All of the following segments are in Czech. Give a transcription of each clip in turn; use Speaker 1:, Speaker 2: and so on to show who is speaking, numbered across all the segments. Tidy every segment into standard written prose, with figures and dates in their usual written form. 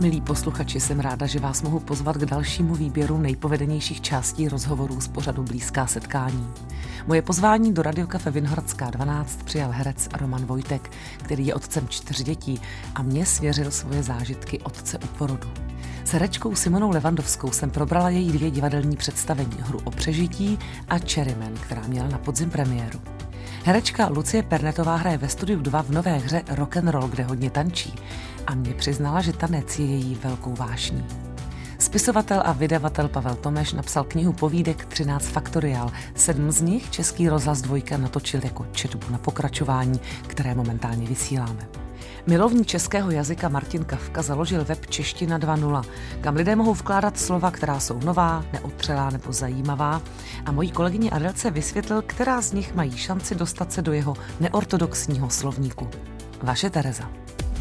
Speaker 1: Milí posluchači, jsem ráda, že vás mohu pozvat k dalšímu výběru nejpovedenějších částí rozhovorů z pořadu Blízká setkání. Moje pozvání do Radiokafe Vinohradská 12 přijal herec Roman Vojtek, který je otcem 4 dětí a mě svěřil svoje zážitky otce u porodu. S herečkou Simonou Levandovskou jsem probrala její 2 divadelní představení, Hru o přežití a Cherryman, která měla na podzim premiéru. Herečka Lucie Pernetová hraje ve Studiu 2 v nové hře Rock'n'Roll, kde hodně tančí, a mě přiznala, že tanec je její velkou vášní. Spisovatel a vydavatel Pavel Tomeš napsal knihu povídek 13 faktoriál. 7 z nich Český rozhlas 2 natočil jako četbu na pokračování, které momentálně vysíláme. Milovník českého jazyka Martin Kafka založil web Čeština 2.0, kam lidé mohou vkládat slova, která jsou nová, neotřelá nebo zajímavá, a mojí kolegyni Adelce vysvětlil, která z nich mají šanci dostat se do jeho neortodoxního slovníku. Vaše Tereza.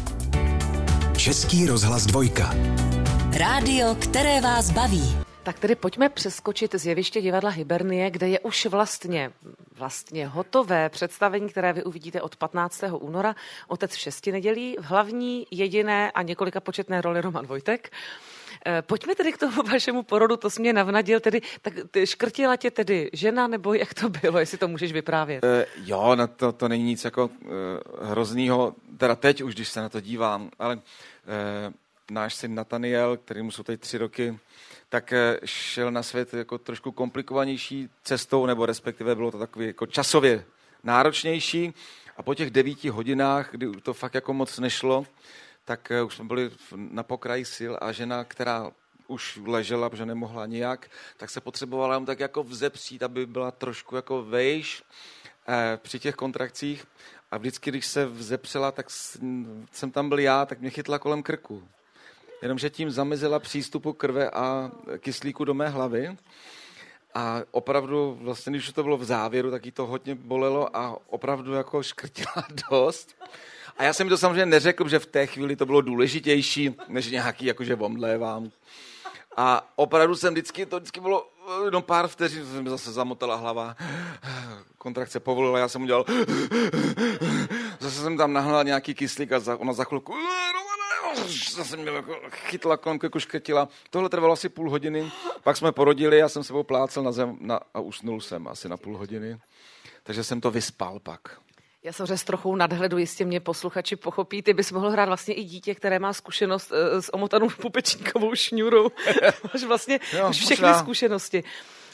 Speaker 2: Český rozhlas 2.
Speaker 3: Rádio, které vás baví.
Speaker 1: Tak tedy pojďme přeskočit z jeviště divadla Hybernie, kde je už vlastně hotové představení, které vy uvidíte od 15. února. Otec v 6 nedělí, v hlavní, jediné a několika početné roli Roman Vojtek. Pojďme tedy k tomu vašemu porodu, to jsi mě navnadil, tedy, tak škrtila tě tedy žena, nebo jak to bylo, jestli to můžeš vyprávět?
Speaker 4: Jo, to není nic jako hroznýho, teda teď už, když se na to dívám, ale náš syn Nataniel, kterýmu jsou teď 3 roky, tak šel na svět jako trošku komplikovanější cestou, nebo respektive bylo to takový jako časově náročnější, a po těch 9 hodinách, kdy to fakt jako moc nešlo, tak už jsme byli na pokraji sil a žena, která už ležela, protože nemohla nijak, tak se potřebovala jen tak jako vzepřít, aby byla trošku jako vejš při těch kontrakcích, a vždycky, když se vzepřela, tak jsem tam byl já, tak mě chytla kolem krku. Jenomže tím zamezila přístupu krve a kyslíku do mé hlavy. A opravdu, vlastně, když to bylo v závěru, tak jí to hodně bolelo a opravdu jako škrtila dost. A já jsem to samozřejmě neřekl, že v té chvíli to bylo důležitější, než nějaký jakože omdlévám. A opravdu jsem vždycky bylo jenom pár vteřin, jsem zase zamotala hlava, kontrakce povolila, já jsem udělal, zase jsem tam nahnala nějaký kyslík a ona za chvilku, zase mě jako chytla kolem krku, škrtila. Tohle trvalo asi půl hodiny, pak jsme porodili, já jsem se oplácel na zem a usnul jsem asi na půl hodiny, takže jsem to vyspal pak.
Speaker 1: Já jsem s trochou nadhledu, jistě mě posluchači pochopí. Ty bys mohl hrát vlastně i dítě, které má zkušenost s omotanou pupečníkovou šňůrou. Máš vlastně už všechny zkušenosti.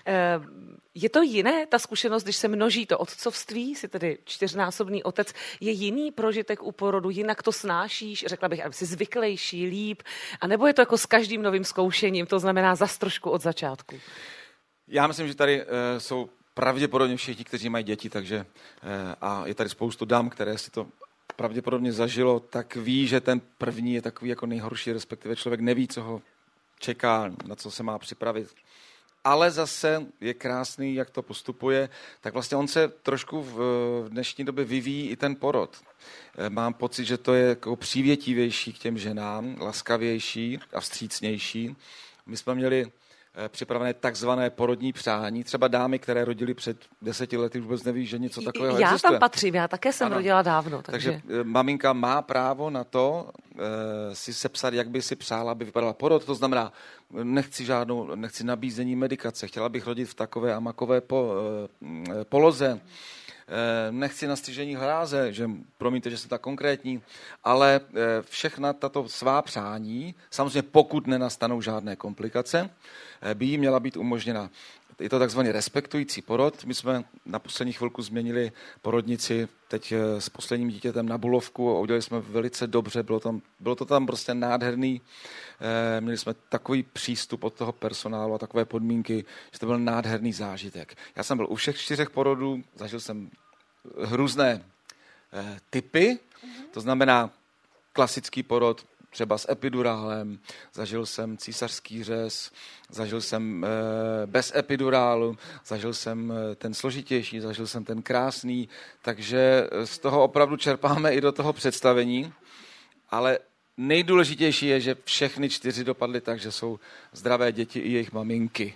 Speaker 1: Je to jiné, ta zkušenost, když se množí to otcovství, jsi tedy 4násobný otec, je jiný prožitek u porodu, jinak to snášíš, řekla bych, aby jsi zvyklejší, líp, anebo je to jako s každým novým zkoušením, to znamená zas trošku od začátku?
Speaker 4: Já myslím, že tady jsou pravděpodobně všichni, kteří mají děti, takže a je tady spoustu dam, které si to pravděpodobně zažilo, tak ví, že ten první je takový jako nejhorší, respektive člověk neví, co ho čeká, na co se má připravit. Ale zase je krásný, jak to postupuje, tak vlastně on se trošku v dnešní době vyvíjí i ten porod. Mám pocit, že to je jako přívětivější k těm ženám, laskavější a vstřícnější. My jsme měli připravené takzvané porodní přání. Třeba dámy, které rodily před 10 lety, vůbec neví, že něco takového existuje.
Speaker 1: Já tam patřím, já také jsem rodila dávno.
Speaker 4: Takže maminka má právo na to si sepsat, jak by si přála, aby vypadala porod. To znamená, nechci nabízení medikace, chtěla bych rodit v takové a makové poloze, nechci nastřižení hráze, že promiňte, že jsem tak konkrétní, ale všechna tato svá přání, samozřejmě pokud nenastanou žádné komplikace, by jí měla být umožněna. Je to takzvaný respektující porod. My jsme na poslední chvilku změnili porodnici teď s posledním dítětem na Bulovku a udělali jsme velice dobře, bylo to tam prostě nádherný. Měli jsme takový přístup od toho personálu a takové podmínky, že to byl nádherný zážitek. Já jsem byl u všech 4 porodů, zažil jsem různé typy, to znamená klasický porod, třeba s epidurálem, zažil jsem císařský řez, zažil jsem bez epidurálu, zažil jsem ten složitější, zažil jsem ten krásný, takže z toho opravdu čerpáme i do toho představení, ale nejdůležitější je, že všechny 4 dopadly tak, že jsou zdravé děti i jejich maminky.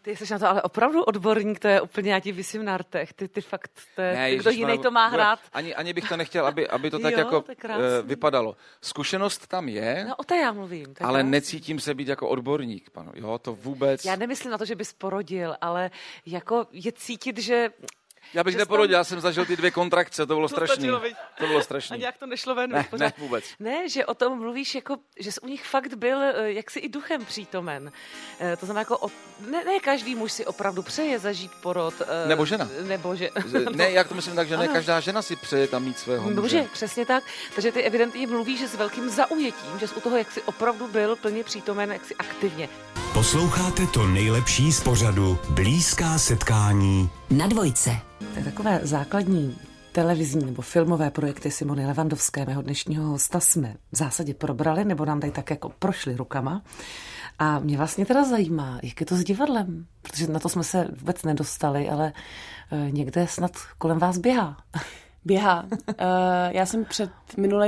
Speaker 1: Ty jsi na to ale opravdu odborník, to je úplně, já ti visím na rtech. Ty fakt, kdo jiný to má hrát.
Speaker 4: Ani bych to nechtěl, aby to tak jako vypadalo. Zkušenost tam je,
Speaker 1: no, o té já mluvím,
Speaker 4: ale krásný. Necítím se být jako odborník. Panu. Jo, to vůbec.
Speaker 1: Já nemyslím na to, že bys porodil, ale jako je cítit, že...
Speaker 4: Já bych neporodil, já jsem zažil ty 2 kontrakce, to bylo strašný. To bylo strašný.
Speaker 1: A nějak to nešlo ven.
Speaker 4: Ne, vůbec.
Speaker 1: Ne, že o tom mluvíš, jako, že jsi u nich fakt byl jaksi i duchem přítomen. To znamená, jako ne každý muž si opravdu přeje zažít porod.
Speaker 4: Nebo žena. Ne, jak to myslím tak, že ne každá žena si přeje tam mít svého muže.
Speaker 1: Přesně tak. Takže ty evidentně mluvíš, že s velkým zaujetím, že jsi u toho jaksi opravdu byl plně přítomen, jaksi aktivně.
Speaker 2: Posloucháte to nejlepší z pořadu Blízká setkání
Speaker 3: na Dvojce.
Speaker 1: To je takové základní televizní nebo filmové projekty Simony Levandovské, mého dnešního hosta, jsme v zásadě probrali, nebo nám tady tak jako prošli rukama. A mě vlastně teda zajímá, jak je to s divadlem, protože na to jsme se vůbec nedostali, ale někde snad kolem vás běhá.
Speaker 5: Běhá. Já jsem před minulý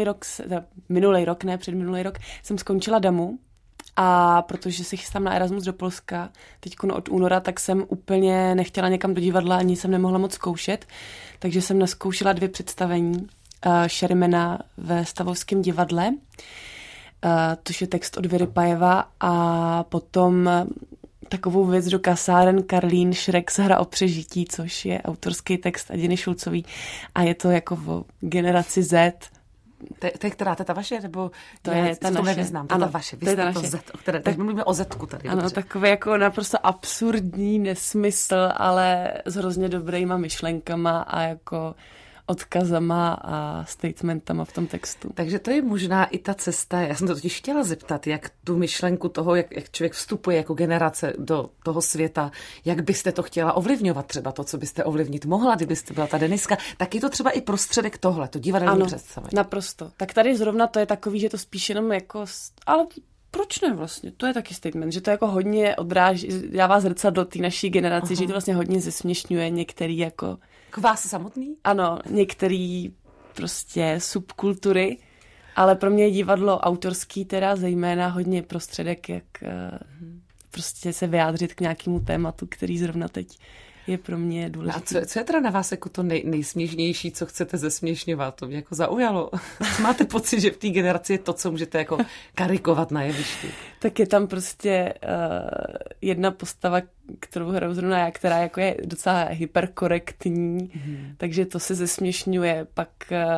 Speaker 5: rok jsem skončila DAMu. A protože se chystám na Erasmus do Polska teď od února, tak jsem úplně nechtěla někam do divadla, ani jsem nemohla moc zkoušet, takže jsem naskoušela 2 představení Šerimena ve Stavovském divadle, což je text od Věry Pajeva, a potom takovou věc do kasáren Karlín Šrek hra o přežití, což je autorský text Adiny Šulcový a je to jako o generaci Z.
Speaker 1: To je která? To je ta vaše? Nebo
Speaker 5: to je ta naše.
Speaker 1: Nevyznám, to je ta vaše. Vy jste to Z, o které, tak mluvíme o Zetku tady.
Speaker 5: Ano,
Speaker 1: dobře.
Speaker 5: Takový jako naprosto absurdní nesmysl, ale s hrozně dobrýma myšlenkama a jako odkazama a statementama v tom textu.
Speaker 1: Takže to je možná i ta cesta, já jsem to totiž chtěla zeptat, jak tu myšlenku toho, jak člověk vstupuje jako generace do toho světa, jak byste to chtěla ovlivňovat, třeba to, co byste ovlivnit mohla, kdybyste byla ta Deniska, tak je to třeba i prostředek tohle, to divadelní představení.
Speaker 5: Naprosto. Tak tady zrovna to je takový, že to spíš jenom jako, ale proč ne vlastně? To je taky statement, že to jako hodně odráží, dává zrcadlo té naší generaci, že to vlastně hodně zesměšňuje některý jako...
Speaker 1: K vás samotný?
Speaker 5: Ano, některý prostě subkultury, ale pro mě je divadlo autorský teda zejména hodně prostředek, jak prostě se vyjádřit k nějakému tématu, který zrovna teď je pro mě důležitý.
Speaker 1: No a co je teda na vás jako to nejsměšnější, co chcete zesměšňovat? To mě jako zaujalo. Máte pocit, že v té generaci je to, co můžete jako karikovat na jevišti?
Speaker 5: Tak je tam prostě jedna postava, kterou hraju zrovna já, která jako je docela hyperkorektní, takže to se zesměšňuje. Pak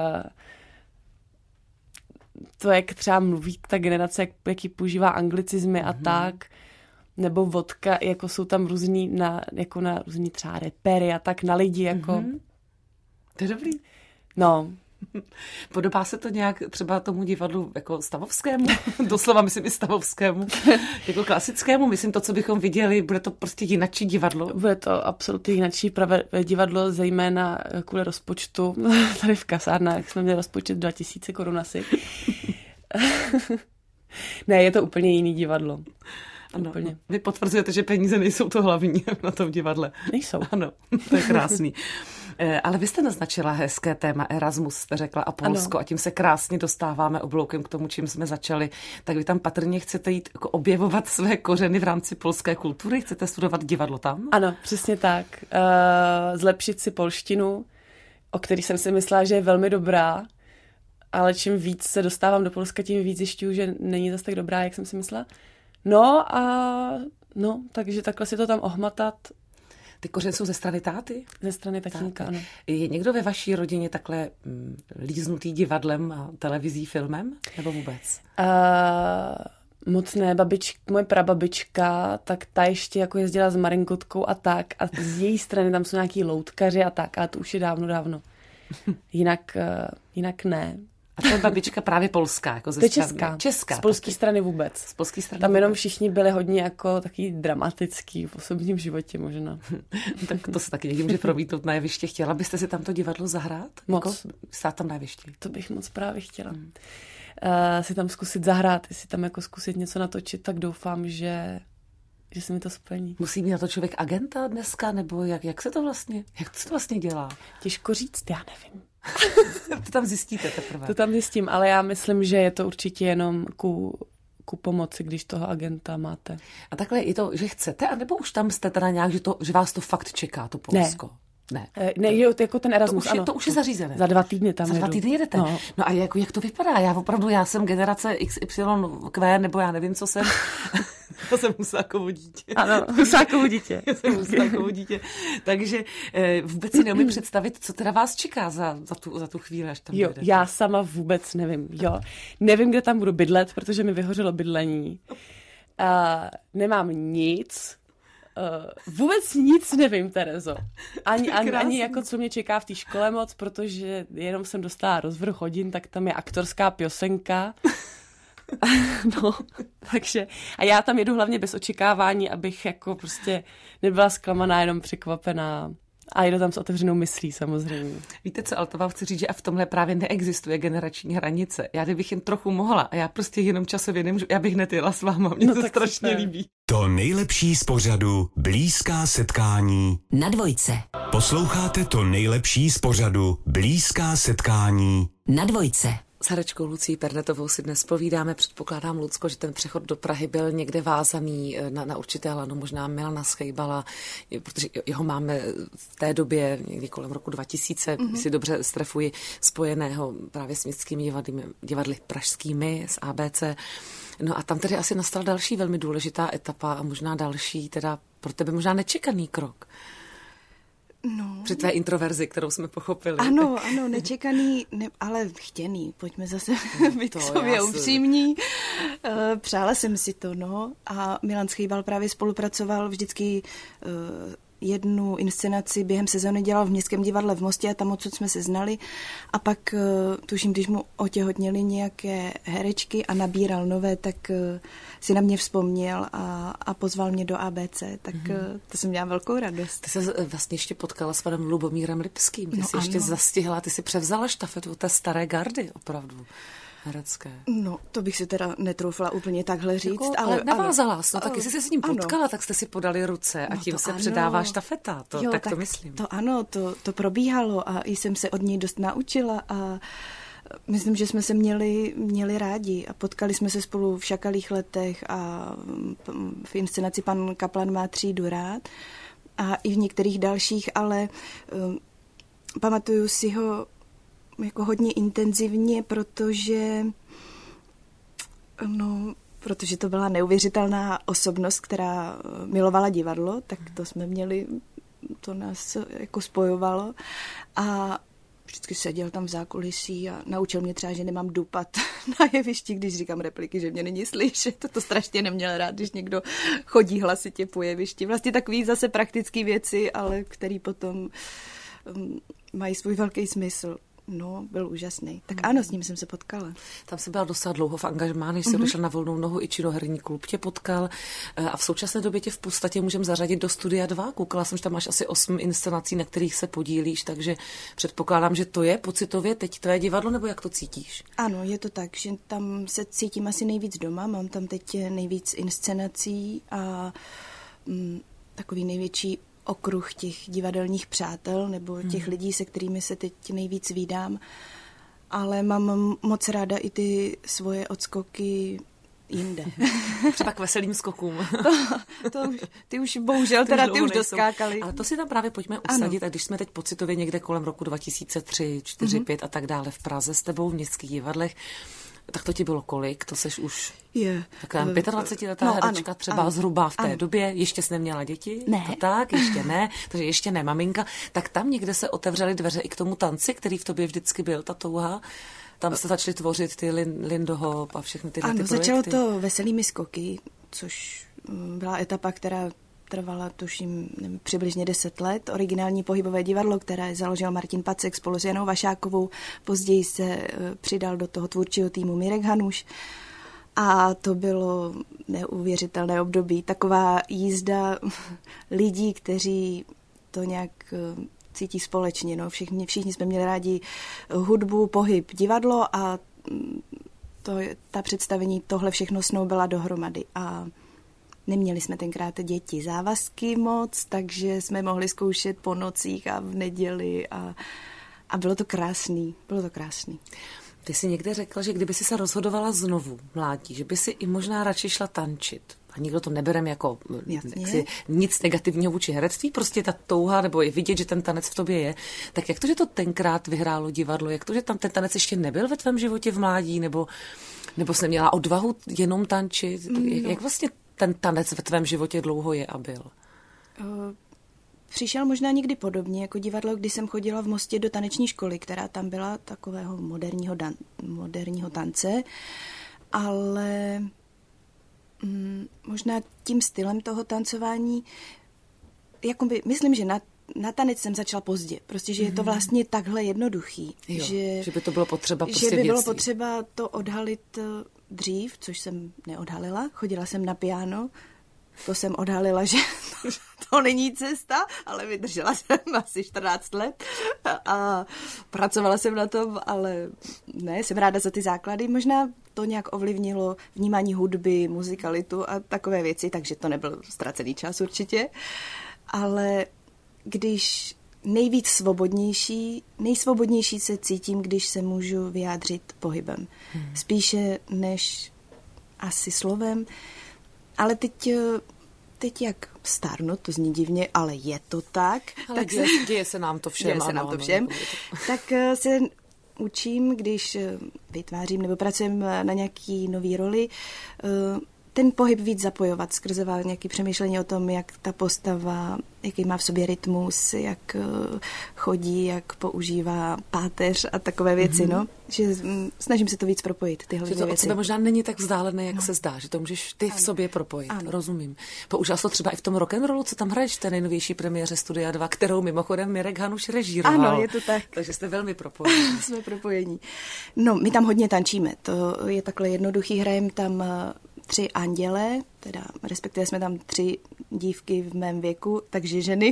Speaker 5: to, jak třeba mluví ta generace, jaký používá anglicizmy a tak, nebo vodka, jako jsou tam různý jako na různý třeba repery a tak na lidi, jako...
Speaker 1: To je dobrý.
Speaker 5: No.
Speaker 1: Podobá se to nějak třeba tomu divadlu jako stavovskému? Doslova myslím i stavovskému. Jako klasickému? Myslím to, co bychom viděli, bude to prostě jinačí divadlo?
Speaker 5: Bude to absolutně jinačí divadlo, zejména kvůli rozpočtu. Tady v kasárnách jsme měli rozpočet 2000 korun asi. Ne, je to úplně jiný divadlo.
Speaker 1: Ano, vy potvrzujete, že peníze nejsou to hlavní na tom divadle.
Speaker 5: Nejsou.
Speaker 1: Ano, to je krásný. Ale vy jste naznačila hezké téma Erasmus, jste řekla, a Polsko, ano. A tím se krásně dostáváme obloukem k tomu, čím jsme začali. Tak vy tam patrně chcete jít jako objevovat své kořeny v rámci polské kultury? Chcete studovat divadlo tam?
Speaker 5: Ano, přesně tak. Zlepšit si polštinu, o který jsem si myslela, že je velmi dobrá, ale čím víc se dostávám do Polska, tím víc zjišťuju, že není zase tak dobrá, jak jsem si myslela. Takže takhle si to tam ohmatat.
Speaker 1: Ty kořeny jsou ze strany táty?
Speaker 5: Ze strany tatínka, ano.
Speaker 1: Je někdo ve vaší rodině takhle líznutý divadlem a televizí, filmem? Nebo vůbec?
Speaker 5: Moc ne. Moje prababička, tak ta ještě jako jezdila s Marinkotkou a tak. A z její strany tam jsou nějaký loutkaři a tak. A to už je dávno. Jinak ne.
Speaker 1: A to je babička právě polská? Jako
Speaker 5: to je česká. Z polské strany vůbec.
Speaker 1: Z polské strany
Speaker 5: tam jenom všichni byli hodně jako taky dramatický v osobním životě možná.
Speaker 1: Tak to se taky někdy může promítnout na jeviště. Chtěla byste si tam to divadlo zahrát?
Speaker 5: Moc.
Speaker 1: Jako stát tam na jevišti?
Speaker 5: To bych moc právě chtěla. Si tam zkusit zahrát, jestli tam jako zkusit něco natočit, tak doufám, že se mi to splní.
Speaker 1: Musí mít na to člověk agenta dneska, nebo jak se to vlastně dělá?
Speaker 5: Těžko říct, já nevím.
Speaker 1: To tam zjistíte teprve.
Speaker 5: To tam zjistím, ale já myslím, že je to určitě jenom ku ku pomoci, když toho agenta máte.
Speaker 1: A takhle je to, že chcete, anebo už tam jste teda nějak, že vás to fakt čeká, to Polsko?
Speaker 5: Ne, jako ten Erasmus,
Speaker 1: to už je zařízené.
Speaker 5: Za 2 týdny tam
Speaker 1: Za 2 týdny jedete. No a jak to vypadá? Já jsem generace XYQ, nebo já nevím, co jsem. Já jsem Husákovo dítě.
Speaker 5: Ano, Husákovo dítě.
Speaker 1: Já jsem Husákovo dítě. Takže vůbec si neumím představit, co teda vás čeká za tu chvíli, až tam jedete.
Speaker 5: Já sama vůbec nevím. Nevím, kde tam budu bydlet, protože mi vyhořelo bydlení. Nemám nic. Vůbec nic nevím, Terezo. Ani jako co mě čeká v té škole moc, protože jenom jsem dostala rozvrh hodin, tak tam je aktorská piosenka. No, takže a já tam jedu hlavně bez očekávání, abych jako prostě nebyla zklamaná, jenom překvapená. A jedu tam s otevřenou myslí samozřejmě.
Speaker 1: Víte co, ale to vám chci říct, že a v tomhle právě neexistuje generační hranice. Já kdybych jen trochu mohla a já prostě jenom časově nemůžu, já bych netjela s váma, mě to strašně líbí.
Speaker 2: To nejlepší z pořadu Blízká setkání
Speaker 3: Na Dvojce.
Speaker 2: Posloucháte to nejlepší z pořadu Blízká setkání
Speaker 3: Na Dvojce.
Speaker 1: S herečkou Lucí Pernetovou si dnes povídáme. Předpokládám, Lucko, že ten přechod do Prahy byl někde vázaný na určité lano, možná Milana Schejbala, protože jeho máme v té době, někdy kolem roku 2000, si dobře strefuji, spojeného právě s městskými divadly pražskými, s ABC. No a tam tedy asi nastala další velmi důležitá etapa a možná další, teda pro tebe možná nečekaný krok.
Speaker 6: No.
Speaker 1: Při tvé introverzi, kterou jsme pochopili.
Speaker 6: Ano, nečekaný, ale chtěný. Pojďme zase být sobě upřímní. Přála jsem si to, no. A Milan Schejbal právě spolupracoval vždycky jednu inscenaci během sezóny dělal v Městském divadle v Mostě a tam odsud jsme se znali. A pak, tuším, když mu otěhotněly nějaké herečky a nabíral nové, tak si na mě vzpomněl a pozval mě do ABC. Tak to jsem měla velkou radost.
Speaker 1: Ty se vlastně ještě potkala s panem Lubomírem Lipským. Ty jsi ještě zastihla, ty jsi převzala štafetu té staré gardy opravdu. Herecké.
Speaker 6: No, to bych si teda netroufla úplně takhle říct.
Speaker 1: Jako, ale navázala jsi, no, tak jestli jsi s ním potkala, tak jste si podali ruce a tím se předává štafeta. Tak to myslím.
Speaker 6: To ano, to probíhalo a jsem se od něj dost naučila a myslím, že jsme se měli rádi a potkali jsme se spolu v Šakalých letech a v inscenaci Pan Kaplan má třídu rád a i v některých dalších, ale pamatuju si ho jako hodně intenzivně, protože to byla neuvěřitelná osobnost, která milovala divadlo, tak to jsme měli, to nás jako spojovalo a vždycky seděl tam v zákulisí a naučil mě třeba, že nemám dupat na jevišti, když říkám repliky, že mě není slyšet. To strašně neměl rád, když někdo chodí hlasitě po jevišti. Vlastně takový zase praktické věci, ale který potom mají svůj velký smysl. No, byl úžasný. Tak ano, s ním jsem se potkala.
Speaker 1: Tam jsi byla docela dlouho v angažmá, než jsi odešla na volnou nohu, i činoherní klub tě potkal a v současné době tě v podstatě můžeme zařadit do Studia 2. Koukala jsem, že tam máš asi 8 inscenací, na kterých se podílíš, takže předpokládám, že to je pocitově teď tvé divadlo, nebo jak to cítíš?
Speaker 6: Ano, je to tak, že tam se cítím asi nejvíc doma, mám tam teď nejvíc inscenací a takový největší okruh těch divadelních přátel nebo těch lidí, se kterými se teď nejvíc vídám. Ale mám moc ráda i ty svoje odskoky jinde.
Speaker 1: Třeba k veselým skokům.
Speaker 6: Ty už bohužel, ty už doskákali.
Speaker 1: Ale to si tam právě pojďme usadit. A když jsme teď pocitově někde kolem roku 2003, 4, 5 a tak dále v Praze s tebou v Městských divadlech, tak to ti bylo kolik? To seš už taková 25letá herečka třeba zhruba v té době. Ještě jsi neměla děti?
Speaker 6: Ne.
Speaker 1: To tak, ještě ne. Takže ještě ne maminka. Tak tam někde se otevřely dveře i k tomu tanci, který v tobě vždycky byl, ta touha. Tam se začaly tvořit ty Lindy Hop a všechny tyhle ty projekty.
Speaker 6: Začalo to Veselými skoky, což byla etapa, která trvala, tuším, přibližně 10 let. Originální pohybové divadlo, které založil Martin Pacek spolu s Janou Vašákovou. Později se přidal do toho tvůrčího týmu Mirek Hanuš. A to bylo neuvěřitelné období. Taková jízda lidí, kteří to nějak cítí společně. No. Všichni jsme měli rádi hudbu, pohyb, divadlo a ta představení tohle všechno snoubila dohromady. A neměli jsme tenkrát děti závazky moc, takže jsme mohli zkoušet po nocích a v neděli a bylo to krásný.
Speaker 1: Ty jsi někde řekla, že kdyby si se rozhodovala znovu mládí, že by si i možná radši šla tančit. A nikdo to neberem jako nic negativního vůči herectví, prostě ta touha, nebo je vidět, že ten tanec v tobě je. Tak jak to, že to tenkrát vyhrálo divadlo? Jak to, že tam ten tanec ještě nebyl ve tvém životě v mládí? Nebo jsi neměla odvahu jenom tančit? Jak vlastně ten tanec ve tvém životě dlouho je a byl?
Speaker 6: Přišel možná někdy podobně jako divadlo, když jsem chodila v Mostě do taneční školy, která tam byla takového moderního tance, ale možná tím stylem toho tancování, jakoby, myslím, že na tanec jsem začala pozdě. Prostě, že je to vlastně takhle jednoduchý.
Speaker 1: Jo, že by to bylo potřeba prostě
Speaker 6: že by bylo potřeba to odhalit dřív, což jsem neodhalila. Chodila jsem na piano, to jsem odhalila, že to není cesta, ale vydržela jsem asi 14 let a pracovala jsem na tom, ale ne, jsem ráda za ty základy. Možná to nějak ovlivnilo vnímání hudby, muzikalitu a takové věci, takže to nebyl ztracený čas určitě. Ale když nejsvobodnější se cítím, když se můžu vyjádřit pohybem. Spíše než asi slovem. Ale teď jak stárnu, to zní divně, ale je to tak.
Speaker 1: Ale tak děje se nám to všem.
Speaker 6: Tak se učím, když vytvářím nebo pracujem na nějaký nový roli, ten pohyb víc zapojovat skrze nějaké přemýšlení o tom, jak ta postava, jaký má v sobě rytmus, jak chodí, jak používá páteř a takové věci, no. Že snažím se to víc propojit, tyhle věci.
Speaker 1: Že to od sebe možná není tak vzdálené, jak se zdá, že to můžeš ty v sobě propojit. Ano. Rozumím. Použila jsi to třeba i v tom rock'n'rollu, co tam hraješ v té nejnovější premiéře Studia 2, kterou mimochodem Mirek Hanuš režíroval.
Speaker 6: Ano, je to tak.
Speaker 1: Takže jste velmi propojení.
Speaker 6: Jsme propojení. No, my tam hodně tančíme. To je takhle jednoduchý, hrajeme tam 3 anděle, teda respektive jsme tam 3 dívky v mém věku, takže ženy.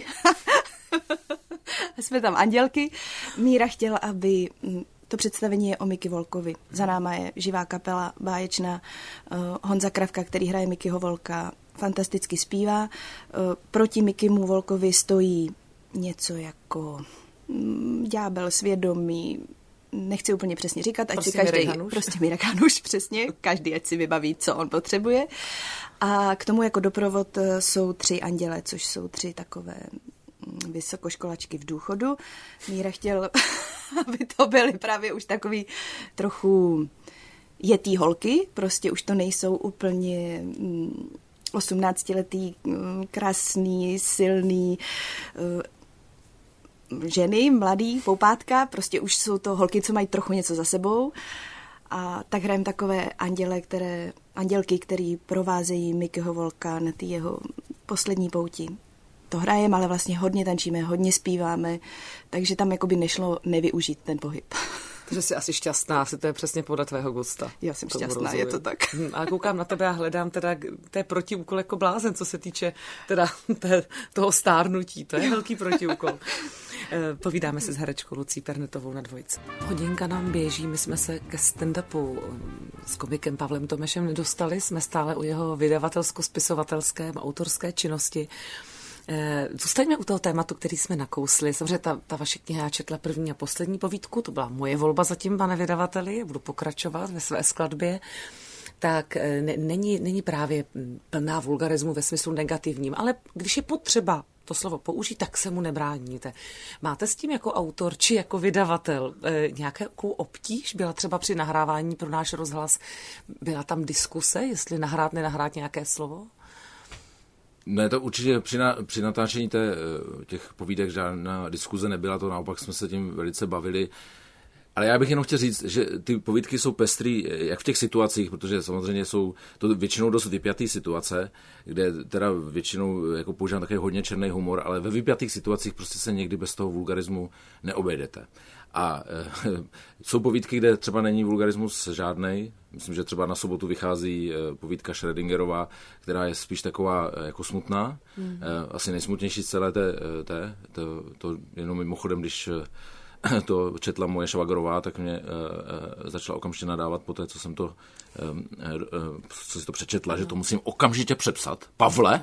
Speaker 6: Jsme tam andělky. Míra chtěla, aby to představení je o Miky Volkovi. Za náma je živá kapela, báječná. Honza Kravka, který hraje Mikyho Volka, fantasticky zpívá. Proti Mikymu Volkovi stojí něco jako ďábel svědomí, nechci úplně přesně říkat, ať si každý, prostě Mirek Hanuš, přesně, každý ať si vybaví, co on potřebuje. A k tomu jako doprovod jsou 3 anděle, což jsou 3 takové vysokoškolačky v důchodu. Míra chtěl, aby to byly právě už takový trochu jetý holky, prostě už to nejsou úplně 18letý, krásný, silný ženy, mladý, poupátka, prostě už jsou to holky, co mají trochu něco za sebou. A tak hrajeme takové andělky, který provázejí Mikyho Volka na ty jeho poslední pouti. To hrajeme, ale vlastně hodně tančíme, hodně zpíváme, takže tam jakoby nešlo nevyužít ten pohyb.
Speaker 1: Takže jsi asi šťastná, asi to je přesně podle tvého gusta.
Speaker 6: Já jsem šťastná, je to tak.
Speaker 1: A koukám na tebe a hledám teda, to je protiúkol jako blázen, co se týče teda toho stárnutí, to je velký protiúkol. Povídáme se s herečkou Lucí Pernetovou na Dvojce. Hodinka nám běží, my jsme se ke stand-upu s komikem Pavlem Tomešem nedostali, jsme stále u jeho vydavatelsko-spisovatelské autorské činnosti. Zůstaňme u toho tématu, který jsme nakousli. Samozřejmě ta vaše kniha, já četla první a poslední povídku, to byla moje volba zatím, pane vydavateli, budu pokračovat ve své skladbě. Tak není právě plná vulgarismu ve smyslu negativním, ale když je potřeba to slovo použít, tak se mu nebráníte. Máte s tím jako autor či jako vydavatel nějakou obtíž? Byla třeba při nahrávání pro náš rozhlas, byla tam diskuse, jestli nahrát, nenahrát nějaké slovo?
Speaker 7: Ne, to určitě při natáčení těch povídek žádná diskuze nebyla, to naopak jsme se tím velice bavili. Ale já bych jenom chtěl říct, že ty povídky jsou pestrý jak v těch situacích, protože samozřejmě jsou to většinou dost vypjatý situace, kde teda většinou jako používám takový hodně černý humor, ale ve vypjatých situacích prostě se někdy bez toho vulgarismu neobejdete. A jsou povídky, kde třeba není vulgarismus žádnej. Myslím, že třeba na sobotu vychází povídka Schrödingerova, která je spíš taková jako smutná. Asi nejsmutnější z celé to jenom mimochodem, když to četla moje švagrová, tak mě začala okamžitě nadávat po té, co si to přečetla, že to musím okamžitě přepsat. Pavle,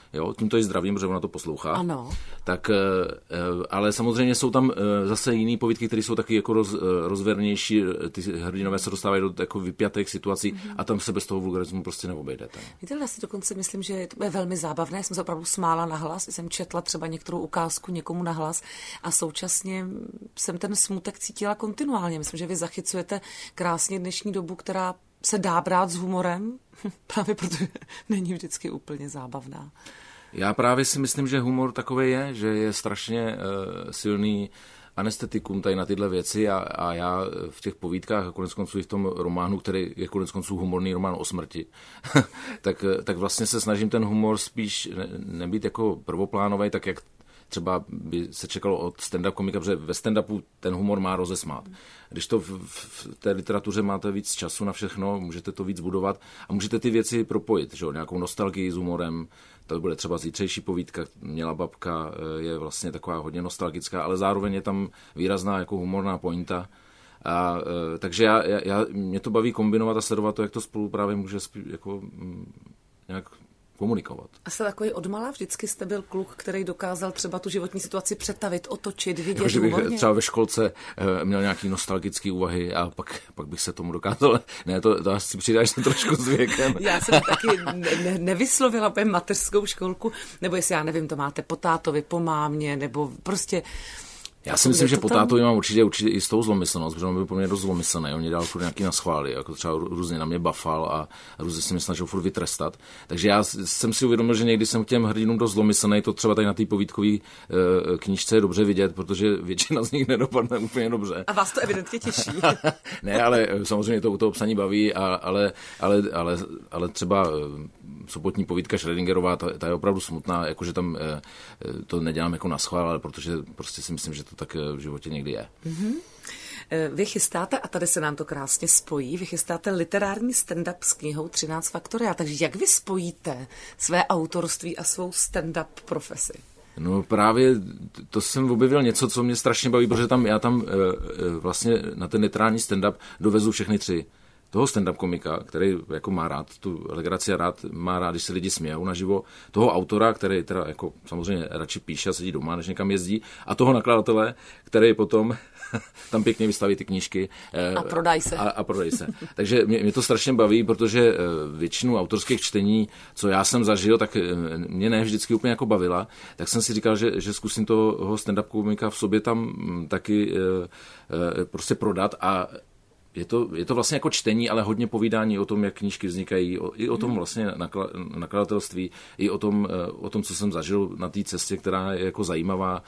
Speaker 7: jo, tímto i zdravím, protože ona to poslouchá.
Speaker 1: Ano.
Speaker 7: Tak, ale samozřejmě jsou tam zase jiný povídky, které jsou taky jako rozvernější, ty hrdinové se dostávají do jako vypjatých situací a tam se bez toho vulgarismu prostě neobejdete.
Speaker 1: Víte, já si dokonce myslím, že to je velmi zábavné, jsem se opravdu smála nahlas, jsem četla třeba některou ukázku někomu nahlas a současně jsem ten smutek cítila kontinuálně. Myslím, že vy zachycujete krásně dnešní dobu, která se dá brát s humorem, právě protože není vždycky úplně zábavná.
Speaker 7: Já právě si myslím, že humor takový je, že je strašně silný anestetikum tady na tyhle věci a já v těch povídkách a koneckonců i v tom románu, který je koneckonců humorný román o smrti, tak vlastně se snažím ten humor spíš nebýt jako prvoplánový, tak jak třeba by se čekalo od stand-up komika, protože ve stand-upu ten humor má rozesmát. Když to v té literatuře máte víc času na všechno, můžete to víc budovat a můžete ty věci propojit, že? Nějakou nostalgii s humorem. To bude třeba zítřejší povídka, Měla babka, je vlastně taková hodně nostalgická, ale zároveň je tam výrazná jako humorná pointa. Takže mě to baví kombinovat a sledovat to, jak to spolu právě může jako nějak komunikovat.
Speaker 1: A jste takový odmala? Vždycky jste byl kluk, který dokázal třeba tu životní situaci přetavit, otočit, vidět
Speaker 7: jako, že bych
Speaker 1: humorně?
Speaker 7: třeba ve školce měl nějaký nostalgický úvahy a pak bych se tomu dokázal. Ne, to asi přidáš se trošku s věkem.
Speaker 1: Já jsem taky nevyslovila mateřskou školku, nebo jestli já nevím, to máte po tátovi, po mámě, nebo prostě...
Speaker 7: Já si myslím, že po tátovi mám určitě i s tou zlomyslnost, protože on byl po mně dost zlomyslný. On mě dal furt nějaký naschvály, jako třeba různě na mě bafal a různě si mě snažil furt vytrestat. Takže já jsem si uvědomil, že někdy jsem k těm hrdinům dost zlomyslný, to třeba tady na té povídkové knížce je dobře vidět, protože většina z nich nedopadne úplně dobře.
Speaker 1: A vás to evidentně těší.
Speaker 7: Ne, ale samozřejmě to u toho psaní baví, ale třeba sobotní povídka Schrödingerová, ta je opravdu smutná, jakože tam to nedělám jako naschvál, ale protože prostě si myslím, že to tak v životě někdy je. Mm-hmm.
Speaker 1: Vy chystáte, a tady se nám to krásně spojí, vy chystáte literární stand-up s knihou 13 faktoriál. Takže jak vy spojíte své autorství a svou stand-up profesi?
Speaker 7: No právě to jsem objevil něco, co mě strašně baví, protože já tam vlastně na ten literární stand-up dovezu všechny tři. Toho stand-up komika, který jako má rád tu legraci a má rád, když se lidi smějou naživo, toho autora, který teda jako samozřejmě radši píše a sedí doma, než někam jezdí, a toho nakladatele, který potom tam pěkně vystaví ty knížky.
Speaker 1: A prodají se.
Speaker 7: A prodají se. Takže mě to strašně baví, protože většinu autorských čtení, co já jsem zažil, tak mě ne vždycky úplně jako bavila, tak jsem si říkal, že zkusím toho stand-up komika v sobě tam taky prostě prodat a je to vlastně jako čtení, ale hodně povídání o tom, jak knížky vznikají, i o tom vlastně nakladatelství, i o tom, co jsem zažil na té cestě, která je jako zajímavá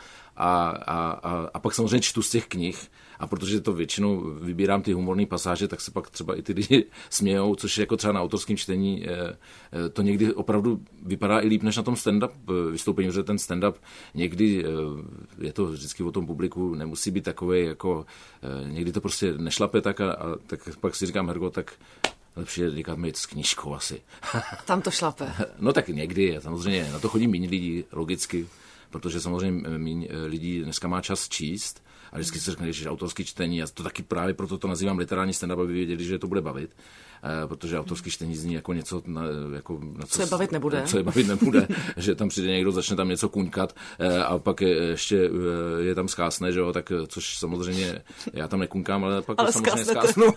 Speaker 7: a pak samozřejmě čtu z těch knih a protože to většinou vybírám ty humorné pasáže, tak se pak třeba i ty lidi smějou, což je jako třeba na autorském čtení to někdy opravdu vypadá i líp než na tom stand-up vystoupení, protože ten stand-up někdy je to vždycky o tom publiku, nemusí být takovej jako někdy to prostě nešlape tak a tak pak si říkám, Hergo, tak lepší je říkat mít s knížkou asi.
Speaker 1: Tam to šlape.
Speaker 7: No tak někdy, samozřejmě, na to chodí méně lidí, logicky, protože samozřejmě méně lidí dneska má čas číst a vždycky se řekne, že autorský čtení, já to taky právě proto to nazývám literární stand-up, aby věděli, že to bude bavit, protože autorský čtení zní jako něco, co je bavit nebude. Co je bavit nebude, že tam přijde někdo, začne tam něco kuňkat a pak ještě je tam zkásne, že jo, tak což samozřejmě já tam nekuňkám, ale pak ale samozřejmě zkásnu.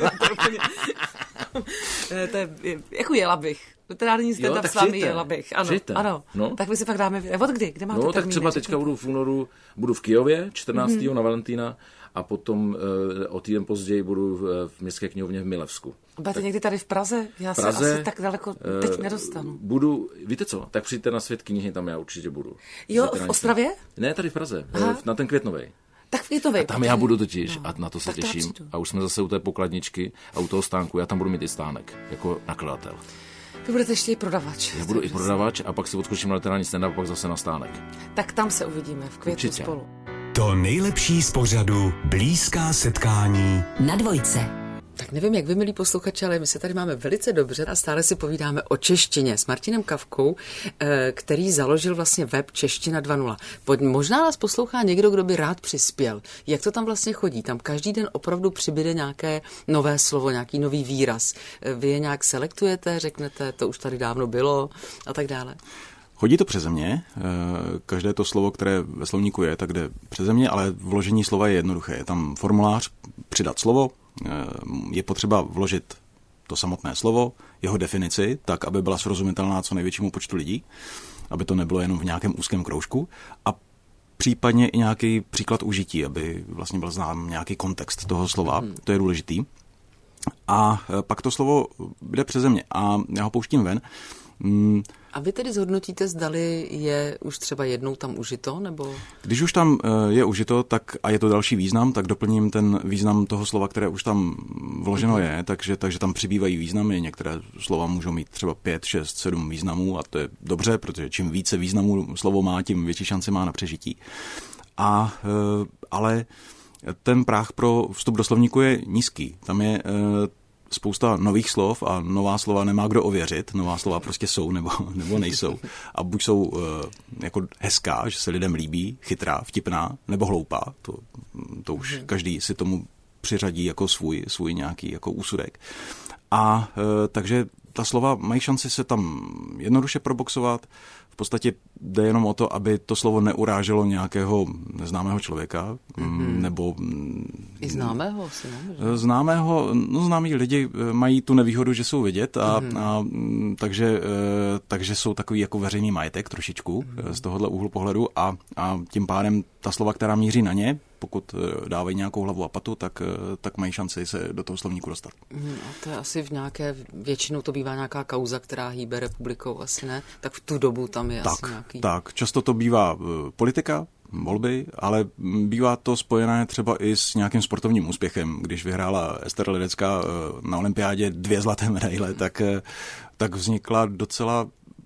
Speaker 1: To je, jako jela bych. Literární stand-up s vámi jela bych. Ano, ano. No. Tak my si pak dáme... Od kdy? Kde máte
Speaker 7: termíny? Tak třeba teďka budu v únoru, budu v Kyjově 14. na Valentína a potom o týden později budu v Městské knihovně v Milevsku.
Speaker 1: Budete někdy tady v Praze? Já se asi tak daleko teď nedostanu.
Speaker 7: Budu, víte co, tak přijďte na Svět knihy, tam já určitě budu.
Speaker 1: Jo, v Ostravě?
Speaker 7: Ne, tady v Praze, na ten Květnovej.
Speaker 1: Tak Květovej.
Speaker 7: Tam já budu totiž a na to se těším. A už jsme zase u té pokladničky a u toho stánku, já tam budu mít i stánek, jako nakladatel.
Speaker 1: Vy budete ještě i prodavač.
Speaker 7: Já budu i prodavač a pak si odskočím na literární stand-up a pak zase na stánek.
Speaker 1: Tak tam se uvidíme v květnu určitě spolu.
Speaker 2: To nejlepší z pořadu Blízká setkání
Speaker 3: na Dvojce.
Speaker 1: Tak nevím, jak vy, milí posluchači, ale my se tady máme velice dobře a stále si povídáme o češtině s Martinem Kavkou, který založil vlastně web Čeština 2.0. Možná nás poslouchá někdo, kdo by rád přispěl. Jak to tam vlastně chodí? Tam každý den opravdu přibyde nějaké nové slovo, nějaký nový výraz. Vy je nějak selektujete, řeknete, to už tady dávno bylo a tak dále?
Speaker 8: Chodí to přeze mě, každé to slovo, které ve slovníku je, tak jde přeze mě, ale vložení slova je jednoduché. Je tam formulář, přidat slovo, je potřeba vložit to samotné slovo, jeho definici, tak, aby byla srozumitelná co největšímu počtu lidí, aby to nebylo jenom v nějakém úzkém kroužku a případně i nějaký příklad užití, aby vlastně byl znám nějaký kontext toho slova, to je důležitý. A pak to slovo jde přeze mě a já ho pouštím ven.
Speaker 1: A vy tedy zhodnotíte, zdali je už třeba jednou tam užito, nebo?
Speaker 8: Když už tam je užito, tak a je to další význam, tak doplním ten význam toho slova, které už tam vloženo je, takže tam přibývají významy. Některé slova můžou mít třeba 5, 6, 7 významů a to je dobře, protože čím více významů slovo má, tím větší šanci má na přežití. Ale ten práh pro vstup do slovníku je nízký. Tam je spousta nových slov a nová slova nemá kdo ověřit. Nová slova prostě jsou nebo nejsou. A buď jsou jako hezká, že se lidem líbí, chytrá, vtipná, nebo hloupá. To už každý si tomu přiřadí jako svůj nějaký jako úsudek. A takže ta slova mají šanci se tam jednoduše proboxovat. V podstatě jde jenom o to, aby to slovo neuráželo nějakého neznámého člověka, nebo...
Speaker 1: I známého si, ne?
Speaker 8: Známí lidi mají tu nevýhodu, že jsou vidět takže jsou takový jako veřejný majetek trošičku z tohohle úhlu pohledu a tím pádem ta slova, která míří na ně, pokud dávají nějakou hlavu a patu, tak mají šanci se do toho slovníku dostat.
Speaker 1: A to je asi většinou to bývá nějaká kauza, která hýbe republikou, asi ne? Tak v tu dobu tam je asi nějaký...
Speaker 8: Tak, často to bývá politika, volby, ale bývá to spojené třeba i s nějakým sportovním úspěchem. Když vyhrála Ester Ledecká na olympiádě 2 zlaté medaile, tak vznikla docela...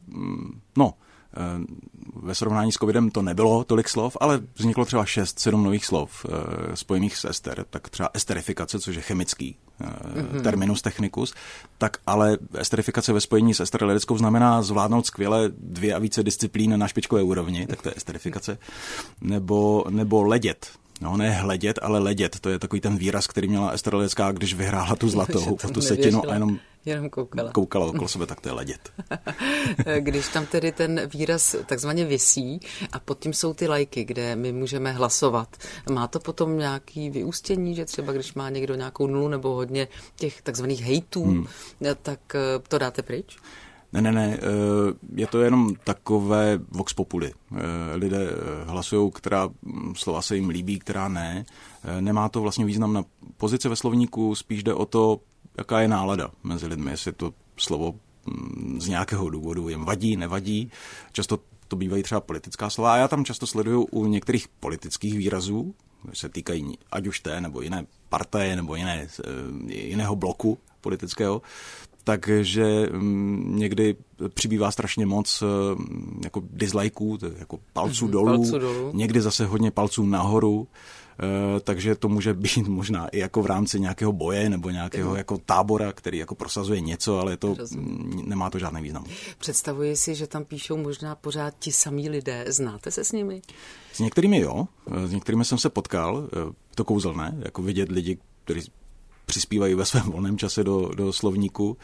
Speaker 8: ve srovnání s covidem to nebylo tolik slov, ale vzniklo třeba 6-7 nových slov spojených s ester, tak třeba esterifikace, což je chemický terminus technicus, tak ale esterifikace ve spojení s Ester Ledeckou znamená zvládnout skvěle 2 a více disciplín na špičkové úrovni, tak to je esterifikace, nebo ledět. No, ne hledět, ale ledět. To je takový ten výraz, který měla Ester Ledecká, když vyhrála tu zlatou, tu setinu a jenom koukala okolo sebe, tak to je ledět.
Speaker 1: Když tam tedy ten výraz takzvaně visí a pod tím jsou ty lajky, kde my můžeme hlasovat. Má to potom nějaký vyústění, že třeba když má někdo nějakou nulu nebo hodně těch takzvaných hejtů, tak to dáte pryč?
Speaker 8: Ne, je to jenom takové vox populi. Lidé hlasují, která slova se jim líbí, která ne. Nemá to vlastně význam na pozici ve slovníku, spíš jde o to, jaká je nálada mezi lidmi, jestli to slovo z nějakého důvodu jim vadí, nevadí. Často to bývají třeba politická slova a já tam často sleduju u některých politických výrazů, se týkají ať už té nebo jiné partaje nebo jiného bloku politického, takže někdy přibývá strašně moc jako dislikeů, jako palců dolů, někdy zase hodně palců nahoru, takže to může být možná i jako v rámci nějakého boje nebo nějakého jako tábora, který jako prosazuje něco, ale nemá to žádný význam.
Speaker 1: Představuji si, že tam píšou možná pořád ti samí lidé. Znáte se s nimi?
Speaker 8: S některými jo, s některými jsem se potkal, to kouzelné, jako vidět lidi, kteří přispívají ve svém volném čase do slovníku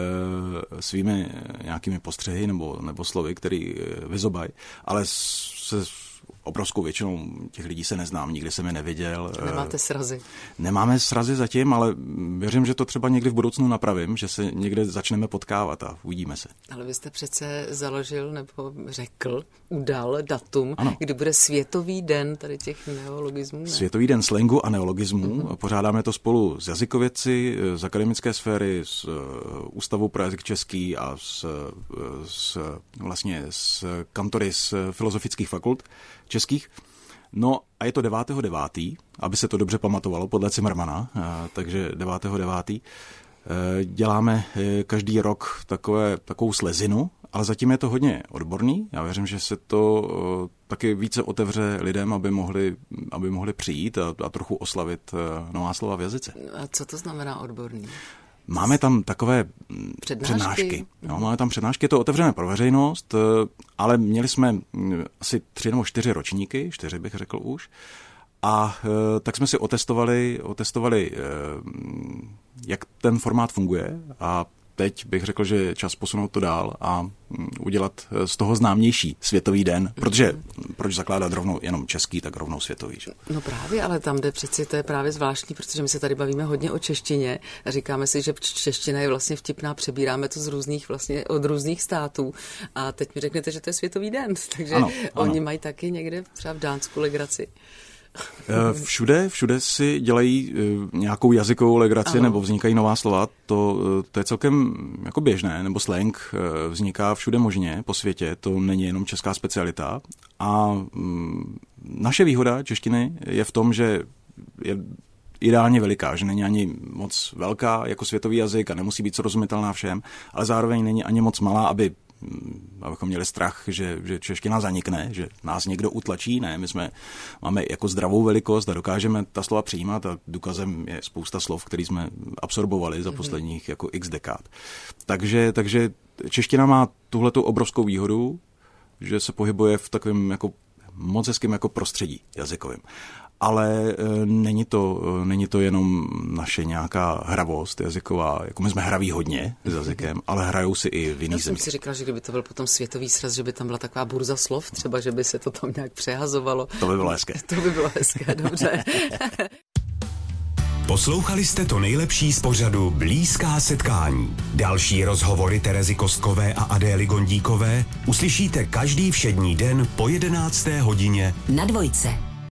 Speaker 8: svými nějakými postřehy nebo slovy, který vyzobají, ale se obrovskou většinou těch lidí se neznám, nikdy jsem je neviděl.
Speaker 1: Nemáte srazy?
Speaker 8: Nemáme srazy zatím, ale věřím, že to třeba někdy v budoucnu napravím, že se někde začneme potkávat a uvidíme se.
Speaker 1: Ale vy jste přece založil nebo udal datum,
Speaker 8: ano,
Speaker 1: kdy bude Světový den tady těch neologismů. Ne?
Speaker 8: Světový den slangu a neologismů. Pořádáme to spolu s jazykovědci z akademické sféry, z Ústavu pro jazyk český a vlastně s kantory z filozofických fakult českých. No a je to 9.9., aby se to dobře pamatovalo podle Zimmermana, takže 9.9. Děláme každý rok takovou slezinu, ale zatím je to hodně odborný. Já věřím, že se to taky více otevře lidem, aby mohli přijít a trochu oslavit nová slova v jazyce.
Speaker 1: A co to znamená odborný?
Speaker 8: Máme tam takové přednášky. No, máme tam přednášky, je to otevřené pro veřejnost, ale měli jsme asi 3 nebo 4 ročníky, 4 bych řekl už, a tak jsme si otestovali, jak ten formát funguje a teď bych řekl, že je čas posunout to dál a udělat z toho známější světový den, protože proč zakládat rovnou jenom český, tak rovnou světový. Že?
Speaker 1: No právě, ale tam jde přeci, to je právě zvláštní, protože my se tady bavíme hodně o češtině a říkáme si, že čeština je vlastně vtipná, přebíráme to z různých vlastně od různých států a teď mi řeknete, že to je světový den, takže ano. Oni mají taky někde třeba v Dánsku legraci.
Speaker 8: Všude si dělají nějakou jazykovou legraci nebo vznikají nová slova, to je celkem jako běžné, nebo slang vzniká všude možně po světě, to není jenom česká specialita a naše výhoda češtiny je v tom, že je ideálně veliká, že není ani moc velká jako světový jazyk a nemusí být srozumitelná všem, ale zároveň není ani moc malá, abychom měli strach, že čeština zanikne, že nás někdo utlačí. Ne, máme jako zdravou velikost a dokážeme ta slova přijímat a důkazem je spousta slov, které jsme absorbovali za posledních jako x dekád. Takže čeština má tuhletu obrovskou výhodu, že se pohybuje v takovém jako moc hezkým jako prostředí jazykovým. Ale není to jenom naše nějaká hravost jazyková, jako my jsme hraví hodně s jazykem, ale hrajou si i v jiných zemích.
Speaker 1: Já jsem si říkal, že kdyby to byl potom světový sraz, že by tam byla taková burza slov, třeba, že by se to tam nějak přehazovalo.
Speaker 8: To by bylo hezké.
Speaker 1: To by bylo hezké, dobře.
Speaker 2: Poslouchali jste to nejlepší z pořadu Blízká setkání. Další rozhovory Terezy Kostkové a Adély Gondíkové uslyšíte každý všední den po 11. hodině
Speaker 3: na Dvojce.